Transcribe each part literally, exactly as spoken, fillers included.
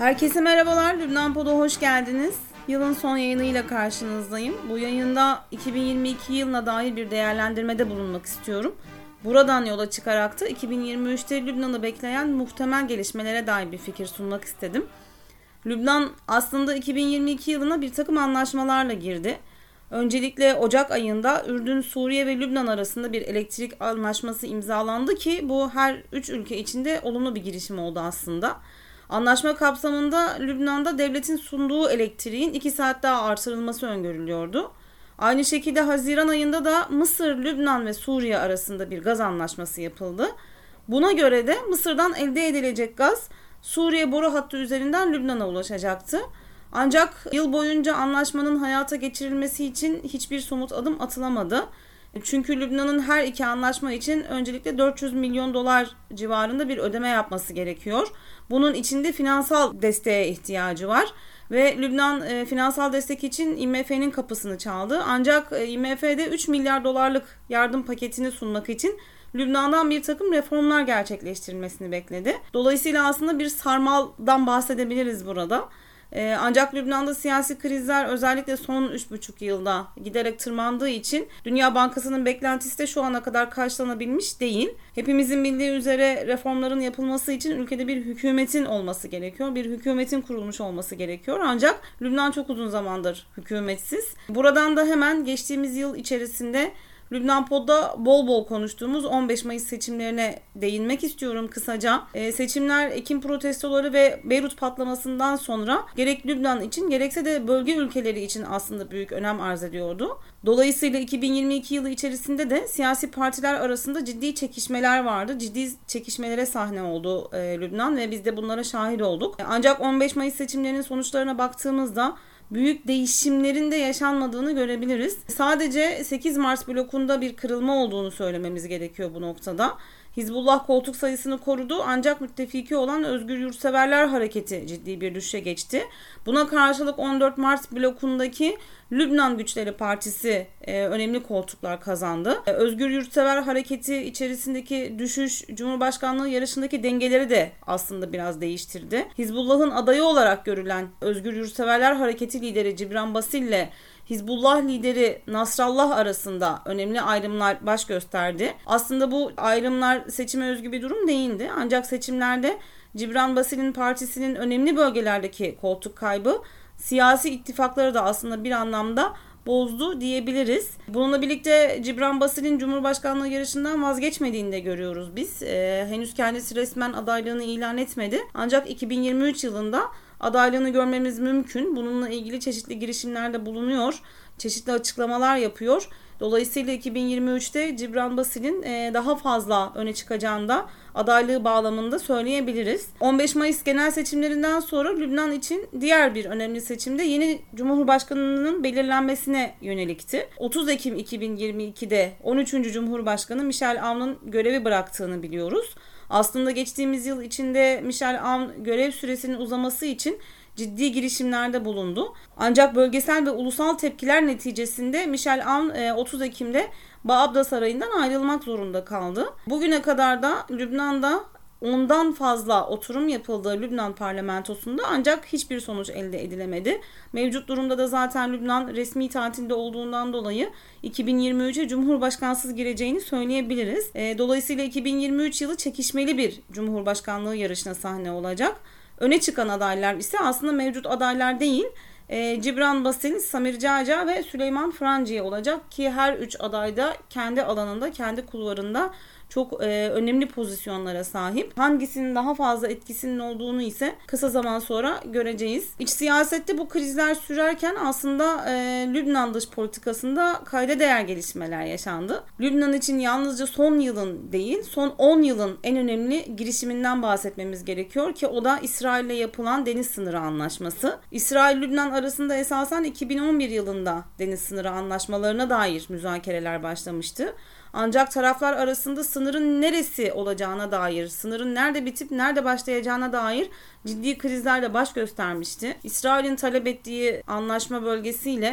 Herkese merhabalar, Lübnan Pod'a hoş geldiniz. Yılın son yayınıyla karşınızdayım. Bu yayında iki bin yirmi iki yılına dair bir değerlendirmede bulunmak istiyorum. Buradan yola çıkarak da iki bin yirmi üçte Lübnan'ı bekleyen muhtemel gelişmelere dair bir fikir sunmak istedim. Lübnan aslında iki bin yirmi iki yılına bir takım anlaşmalarla girdi. Öncelikle Ocak ayında Ürdün, Suriye ve Lübnan arasında bir elektrik anlaşması imzalandı ki bu her üç ülke içinde olumlu bir girişim oldu aslında. Anlaşma kapsamında Lübnan'da devletin sunduğu elektriğin iki saat daha artırılması öngörülüyordu. Aynı şekilde Haziran ayında da Mısır, Lübnan ve Suriye arasında bir gaz anlaşması yapıldı. Buna göre de Mısır'dan elde edilecek gaz Suriye boru hattı üzerinden Lübnan'a ulaşacaktı. Ancak yıl boyunca anlaşmanın hayata geçirilmesi için hiçbir somut adım atılamadı. Çünkü Lübnan'ın her iki anlaşma için öncelikle dört yüz milyon dolar civarında bir ödeme yapması gerekiyor. Bunun içinde finansal desteğe ihtiyacı var ve Lübnan e, finansal destek için I M F'nin kapısını çaldı. Ancak e, I M F'de üç milyar dolarlık yardım paketini sunmak için Lübnan'dan bir takım reformlar gerçekleştirilmesini bekledi. Dolayısıyla aslında bir sarmaldan bahsedebiliriz burada. Ee, ancak Lübnan'da siyasi krizler özellikle son üç buçuk yılda giderek tırmandığı için Dünya Bankası'nın beklentisi de şu ana kadar karşılanabilmiş değil. Hepimizin bildiği üzere reformların yapılması için ülkede bir hükümetin olması gerekiyor. Bir hükümetin kurulmuş olması gerekiyor. Ancak Lübnan çok uzun zamandır hükümetsiz. Buradan da hemen geçtiğimiz yıl içerisinde Lübnan Pod'da bol bol konuştuğumuz on beş Mayıs seçimlerine değinmek istiyorum kısaca. E, seçimler Ekim protestoları ve Beyrut patlamasından sonra gerek Lübnan için gerekse de bölge ülkeleri için aslında büyük önem arz ediyordu. Dolayısıyla iki bin yirmi iki yılı içerisinde de siyasi partiler arasında ciddi çekişmeler vardı. Ciddi çekişmelere sahne oldu e, Lübnan ve biz de bunlara şahit olduk. Ancak on beş Mayıs seçimlerinin sonuçlarına baktığımızda büyük değişimlerin de yaşanmadığını görebiliriz. Sadece sekiz Mart blokunda bir kırılma olduğunu söylememiz gerekiyor bu noktada. Hizbullah koltuk sayısını korudu ancak müttefiki olan Özgür Yurtseverler Hareketi ciddi bir düşüşe geçti. Buna karşılık on dört Mart blokundaki Lübnan Güçleri Partisi e, önemli koltuklar kazandı. E, Özgür Yurtsever Hareketi içerisindeki düşüş Cumhurbaşkanlığı yarışındaki dengeleri de aslında biraz değiştirdi. Hizbullah'ın adayı olarak görülen Özgür Yurtseverler Hareketi lideri Cibran Basil ile Hizbullah lideri Nasrallah arasında önemli ayrımlar baş gösterdi. Aslında bu ayrımlar seçime özgü bir durum değildi. Ancak seçimlerde Cibran Basil'in partisinin önemli bölgelerdeki koltuk kaybı siyasi ittifakları da aslında bir anlamda bozdu diyebiliriz. Bununla birlikte Cibran Basil'in Cumhurbaşkanlığı yarışından vazgeçmediğini de görüyoruz biz. Ee, henüz kendisi resmen adaylığını ilan etmedi. Ancak iki bin yirmi üç yılında adaylığını görmemiz mümkün. Bununla ilgili çeşitli girişimlerde bulunuyor. Çeşitli açıklamalar yapıyor. Dolayısıyla iki bin yirmi üçte Cibran Basil'in daha fazla öne çıkacağını da adaylığı bağlamında söyleyebiliriz. on beş Mayıs genel seçimlerinden sonra Lübnan için diğer bir önemli seçimde yeni Cumhurbaşkanı'nın belirlenmesine yönelikti. otuz Ekim iki bin yirmi ikide on üçüncü Cumhurbaşkanı Michel Aoun'un görevi bıraktığını biliyoruz. Aslında geçtiğimiz yıl içinde Michel Aoun görev süresinin uzaması için ciddi girişimlerde bulundu. Ancak bölgesel ve ulusal tepkiler neticesinde Michel Aoun otuz Ekim'de Baabda Sarayı'ndan ayrılmak zorunda kaldı. Bugüne kadar da Lübnan'da ondan fazla oturum yapıldığı Lübnan parlamentosunda ancak hiçbir sonuç elde edilemedi. Mevcut durumda da zaten Lübnan resmi tatilde olduğundan dolayı iki bin yirmi üçe Cumhurbaşkansız gireceğini söyleyebiliriz. Dolayısıyla iki bin yirmi üç yılı çekişmeli bir Cumhurbaşkanlığı yarışına sahne olacak. Öne çıkan adaylar ise aslında mevcut adaylar değil, e, Cibran Basil, Samir Caca ve Süleyman Franciye olacak ki her üç aday da kendi alanında, kendi kulvarında çok e, önemli pozisyonlara sahip. Hangisinin daha fazla etkisinin olduğunu ise kısa zaman sonra göreceğiz. İç siyasette bu krizler sürerken aslında e, Lübnan dış politikasında kayda değer gelişmeler yaşandı. Lübnan için yalnızca son yılın değil, son on yılın en önemli girişiminden bahsetmemiz gerekiyor ki o da İsrail ile yapılan deniz sınırı anlaşması. İsrail-Lübnan arasında esasen iki bin on bir yılında deniz sınırı anlaşmalarına dair müzakereler başlamıştı. Ancak taraflar arasında sınırın neresi olacağına dair, sınırın nerede bitip nerede başlayacağına dair ciddi krizlerle baş göstermişti. İsrail'in talep ettiği anlaşma bölgesiyle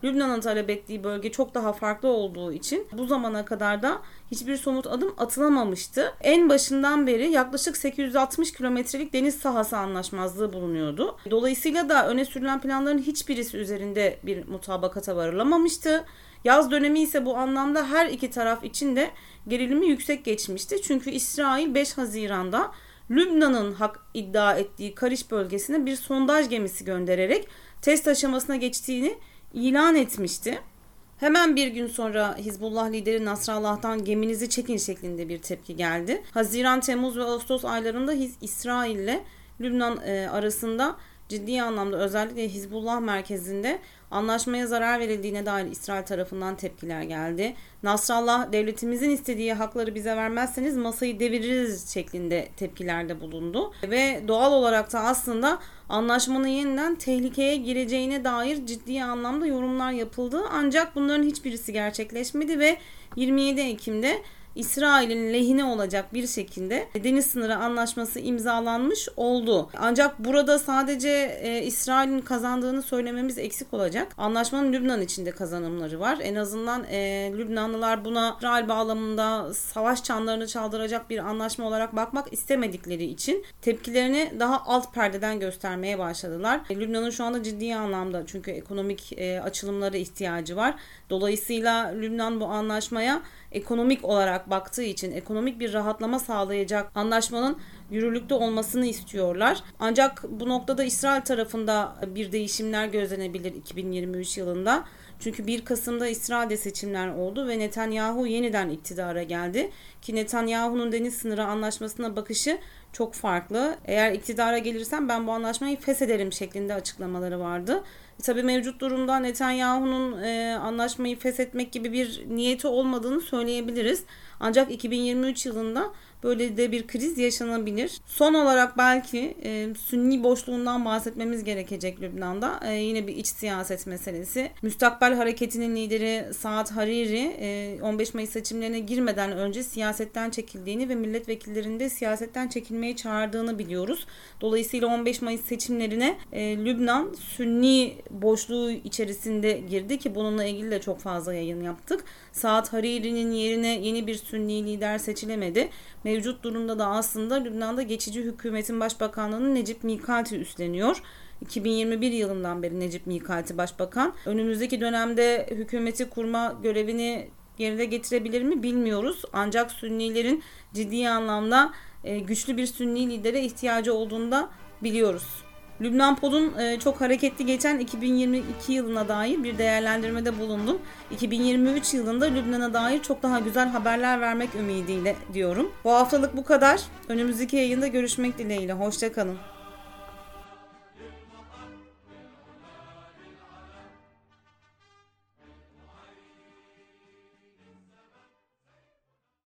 Lübnan'ın talep ettiği bölge çok daha farklı olduğu için bu zamana kadar da hiçbir somut adım atılamamıştı. En başından beri yaklaşık sekiz yüz altmış kilometrelik deniz sahası anlaşmazlığı bulunuyordu. Dolayısıyla da öne sürülen planların hiçbirisi üzerinde bir mutabakata varılamamıştı. Yaz dönemi ise bu anlamda her iki taraf için de gerilimi yüksek geçmişti. Çünkü İsrail beş Haziran'da Lübnan'ın hak iddia ettiği Kariş bölgesine bir sondaj gemisi göndererek test aşamasına geçtiğini ilan etmişti. Hemen bir gün sonra Hizbullah lideri Nasrallah'tan geminizi çekin şeklinde bir tepki geldi. Haziran, Temmuz ve Ağustos aylarında İsrail ile Lübnan arasında ciddi anlamda özellikle Hizbullah merkezinde anlaşmaya zarar verildiğine dair İsrail tarafından tepkiler geldi. Nasrallah, devletimizin istediği hakları bize vermezseniz masayı deviririz şeklinde tepkilerde bulundu. Ve doğal olarak da aslında anlaşmanın yeniden tehlikeye gireceğine dair ciddi anlamda yorumlar yapıldı. Ancak bunların hiçbirisi gerçekleşmedi ve yirmi yedi Ekim'de İsrail'in lehine olacak bir şekilde deniz sınırı anlaşması imzalanmış oldu. Ancak burada sadece e, İsrail'in kazandığını söylememiz eksik olacak. Anlaşmanın Lübnan içinde kazanımları var. En azından e, Lübnanlılar buna İsrail bağlamında savaş çanlarını çaldıracak bir anlaşma olarak bakmak istemedikleri için tepkilerini daha alt perdeden göstermeye başladılar. E, Lübnan'ın şu anda ciddi anlamda çünkü ekonomik e, açılımlara ihtiyacı var. Dolayısıyla Lübnan bu anlaşmaya ekonomik olarak baktığı için ekonomik bir rahatlama sağlayacak anlaşmanın yürürlükte olmasını istiyorlar. Ancak bu noktada İsrail tarafında bir değişimler gözlenebilir iki bin yirmi üç yılında. Çünkü bir Kasım'da İsrail'de seçimler oldu ve Netanyahu yeniden iktidara geldi. Ki Netanyahu'nun deniz sınırı anlaşmasına bakışı çok farklı. Eğer iktidara gelirsem ben bu anlaşmayı feshederim şeklinde açıklamaları vardı. E, tabii mevcut durumda Netanyahu'nun e, anlaşmayı feshetmek gibi bir niyeti olmadığını söyleyebiliriz. Ancak iki bin yirmi üç yılında böyle de bir kriz yaşanabilir. Son olarak belki e, Sünni boşluğundan bahsetmemiz gerekecek Lübnan'da. E, yine bir iç siyaset meselesi. Müstakbel Hareketi'nin lideri Saad Hariri e, on beş Mayıs seçimlerine girmeden önce siyasetten çekildiğini ve milletvekillerinin de siyasetten çekilmeye çağırdığını biliyoruz. Dolayısıyla on beş Mayıs seçimlerine e, Lübnan Sünni boşluğu içerisinde girdi ki bununla ilgili de çok fazla yayın yaptık. Saad Hariri'nin yerine yeni bir Sünni lider seçilemedi. Mevcut durumda da aslında Lübnan'da geçici hükümetin başbakanlığını Necip Mikati üstleniyor. iki bin yirmi bir yılından beri Necip Mikati başbakan. Önümüzdeki dönemde hükümeti kurma görevini yerine getirebilir mi bilmiyoruz. Ancak Sünnilerin ciddi anlamda güçlü bir Sünni lidere ihtiyacı olduğunu da biliyoruz. Lübnan Pod'un çok hareketli geçen iki bin yirmi iki yılına dair bir değerlendirmede bulundum. iki bin yirmi üç yılında Lübnan'a dair çok daha güzel haberler vermek ümidiyle diyorum. Bu haftalık bu kadar. Önümüzdeki yayında görüşmek dileğiyle. Hoşça kalın.